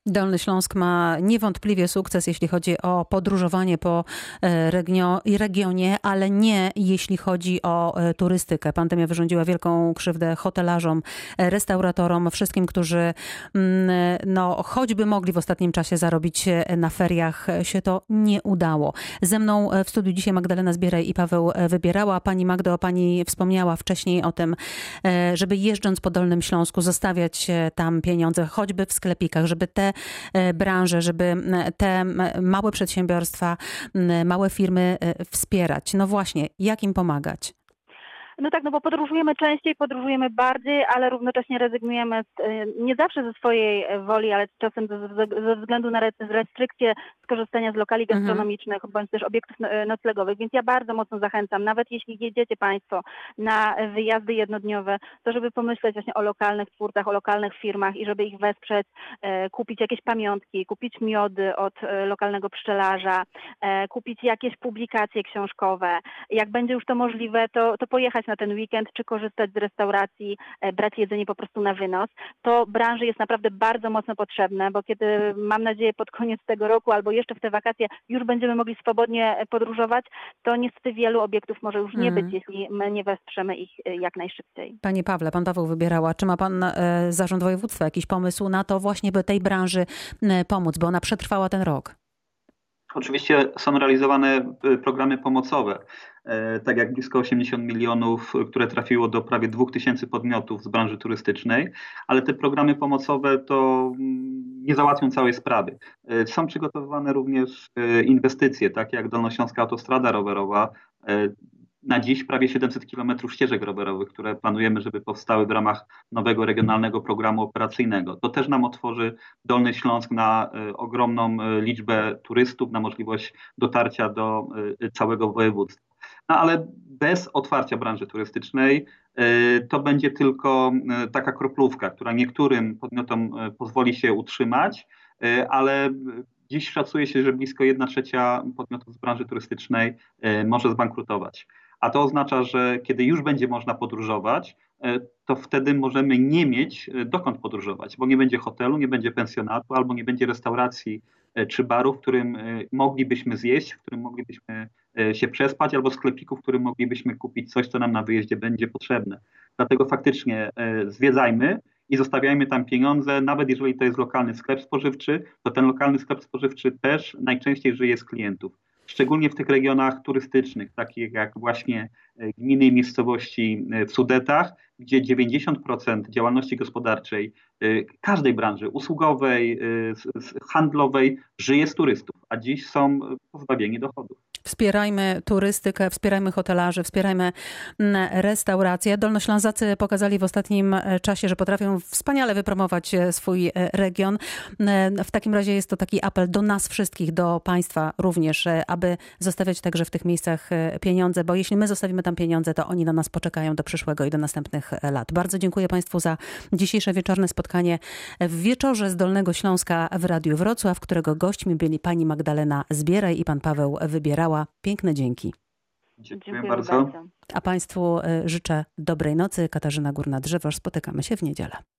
Dolny Śląsk ma niewątpliwie sukces, jeśli chodzi o podróżowanie po regionie, ale nie jeśli chodzi o turystykę. Pandemia wyrządziła wielką krzywdę hotelarzom, restauratorom, wszystkim, którzy choćby mogli w ostatnim czasie zarobić na feriach, się to nie udało. Ze mną w studiu dzisiaj Magdalena Zbieraj i Paweł Wybierała. Pani Magdo, pani wspomniała wcześniej o tym, żeby jeżdżąc po Dolnym Śląsku zostawiać tam pieniądze, choćby w sklepikach, żeby te branże, żeby te małe przedsiębiorstwa, małe firmy wspierać. No właśnie, jak im pomagać? No tak, bo podróżujemy częściej, podróżujemy bardziej, ale równocześnie rezygnujemy nie zawsze ze swojej woli, ale czasem ze względu na restrykcje skorzystania z lokali gastronomicznych bądź też obiektów noclegowych. Więc ja bardzo mocno zachęcam, nawet jeśli jedziecie Państwo na wyjazdy jednodniowe, to żeby pomyśleć właśnie o lokalnych twórcach, o lokalnych firmach i żeby ich wesprzeć, kupić jakieś pamiątki, kupić miody od lokalnego pszczelarza, kupić jakieś publikacje książkowe. Jak będzie już to możliwe, to pojechać na ten weekend, czy korzystać z restauracji, brać jedzenie po prostu na wynos. To branży jest naprawdę bardzo mocno potrzebne, bo kiedy, mam nadzieję, pod koniec tego roku albo jeszcze w te wakacje już będziemy mogli swobodnie podróżować, to niestety wielu obiektów może już nie być, jeśli my nie wesprzemy ich jak najszybciej. Panie Pawle, pan Paweł Wybierała, czy ma pan zarząd województwa jakiś pomysł na to właśnie, by tej branży pomóc, by ona przetrwała ten rok? Oczywiście są realizowane programy pomocowe, tak jak blisko 80 milionów, które trafiło do prawie 2000 podmiotów z branży turystycznej, ale te programy pomocowe to nie załatwią całej sprawy. Są przygotowywane również inwestycje, takie jak Dolnośląska Autostrada Rowerowa. Na dziś prawie 700 km ścieżek rowerowych, które planujemy, żeby powstały w ramach nowego regionalnego programu operacyjnego. To też nam otworzy Dolny Śląsk na ogromną liczbę turystów, na możliwość dotarcia do całego województwa. No ale bez otwarcia branży turystycznej to będzie tylko taka kroplówka, która niektórym podmiotom pozwoli się utrzymać, ale dziś szacuje się, że blisko 1/3 podmiotów z branży turystycznej może zbankrutować. A to oznacza, że kiedy już będzie można podróżować, to wtedy możemy nie mieć dokąd podróżować, bo nie będzie hotelu, nie będzie pensjonatu albo nie będzie restauracji czy baru, w którym moglibyśmy zjeść, w którym moglibyśmy się przespać, albo sklepiku, w którym moglibyśmy kupić coś, co nam na wyjeździe będzie potrzebne. Dlatego faktycznie zwiedzajmy i zostawiajmy tam pieniądze, nawet jeżeli to jest lokalny sklep spożywczy, to ten lokalny sklep spożywczy też najczęściej żyje z klientów. Szczególnie w tych regionach turystycznych, takich jak właśnie gminy i miejscowości w Sudetach, gdzie 90% działalności gospodarczej każdej branży, usługowej, handlowej, żyje z turystów, a dziś są pozbawieni dochodów. Wspierajmy turystykę, wspierajmy hotelarzy, wspierajmy restauracje. Dolnoślązacy pokazali w ostatnim czasie, że potrafią wspaniale wypromować swój region. W takim razie jest to taki apel do nas wszystkich, do państwa również, aby zostawiać także w tych miejscach pieniądze, bo jeśli my zostawimy tam pieniądze, to oni na nas poczekają do przyszłego i do następnych lat. Bardzo dziękuję państwu za dzisiejsze wieczorne spotkanie w wieczorze z Dolnego Śląska w Radiu Wrocław, którego gośćmi byli pani Magdalena Zbieraj i pan Paweł Wybierała. Piękne dzięki. Dziękuję bardzo. A państwu życzę dobrej nocy. Katarzyna Górna-Drzewoż. Spotykamy się w niedzielę.